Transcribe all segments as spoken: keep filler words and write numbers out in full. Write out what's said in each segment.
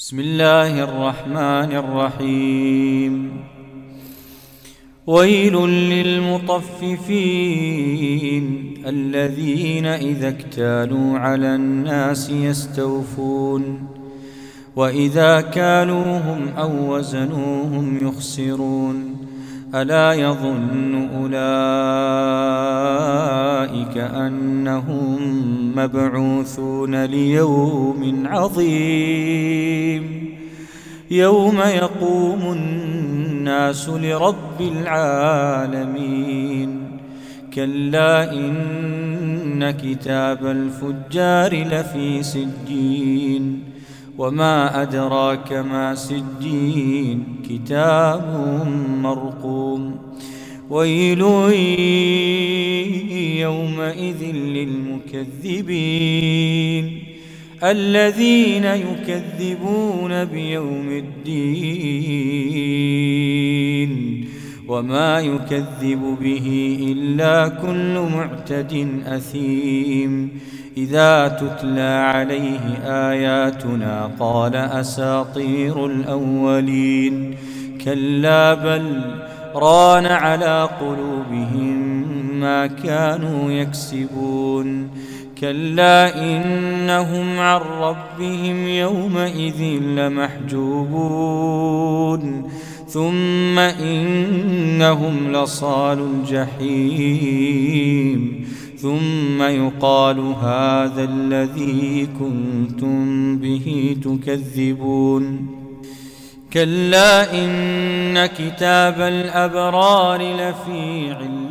بسم الله الرحمن الرحيم. ويل للمطففين الذين إذا اكتالوا على الناس يستوفون وإذا كالوهم أو وزنوهم يخسرون. ألا يظن أولئك أنهم مبعوثون ليوم عظيم يوم يقوم الناس لرب العالمين. كلا إن كتاب الفجار لفي سجين وما أدراك ما سجين كتاب مرقوم. ويل يومئذ للمكذبين الذين يكذبون بيوم الدين وما يكذب به إلا كل معتد أثيم. إذا تتلى عليه آياتنا قال أساطير الأولين. كلا بل ران على قلوبهم ما كانوا يكسبون. كلا إنهم عن ربهم يومئذ لمحجوبون ثم إنهم لصالو الجحيم ثم يقال هذا الذي كنتم به تكذبون. كلا إن كتاب الأبرار لفي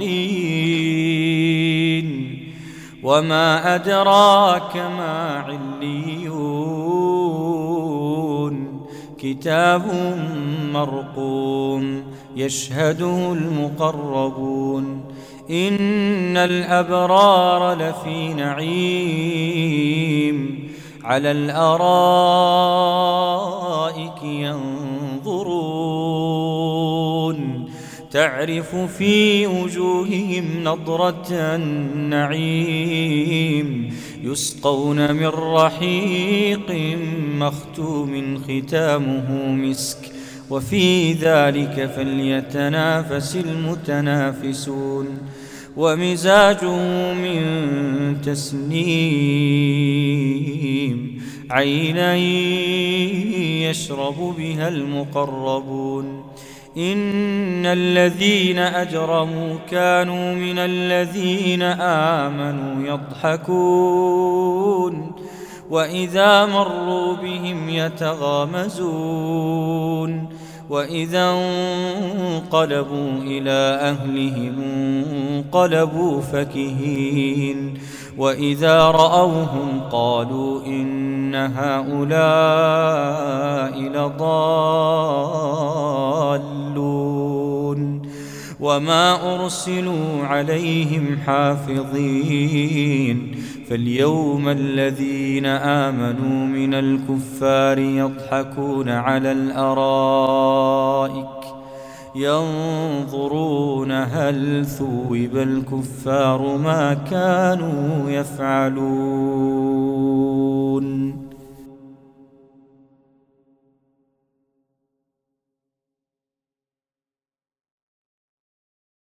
عليين وما أدراك ما عليون كتاب مرقوم يشهده المقربون. إن الأبرار لفي نعيم على الأرائك ينظرون تعرف في وجوههم نضرة النعيم يسقون من رحيق مختوم ختامه مسك وفي ذلك فليتنافس المتنافسون. ومزاجه من تسنيم عينا يشرب بها المقربون. إن الذين أجرموا كانوا من الذين آمنوا يضحكون وإذا مروا بهم يتغامزون وإذا انقلبوا إلى أهلهم انقلبوا فكهين وإذا رأوهم قالوا إن هؤلاء لضالون. وما أرسلوا عليهم حافظين فاليوم الذين آمنوا من الكفار يضحكون على الأرائك ينظرون هل ثوب الكفار ما كانوا يفعلون.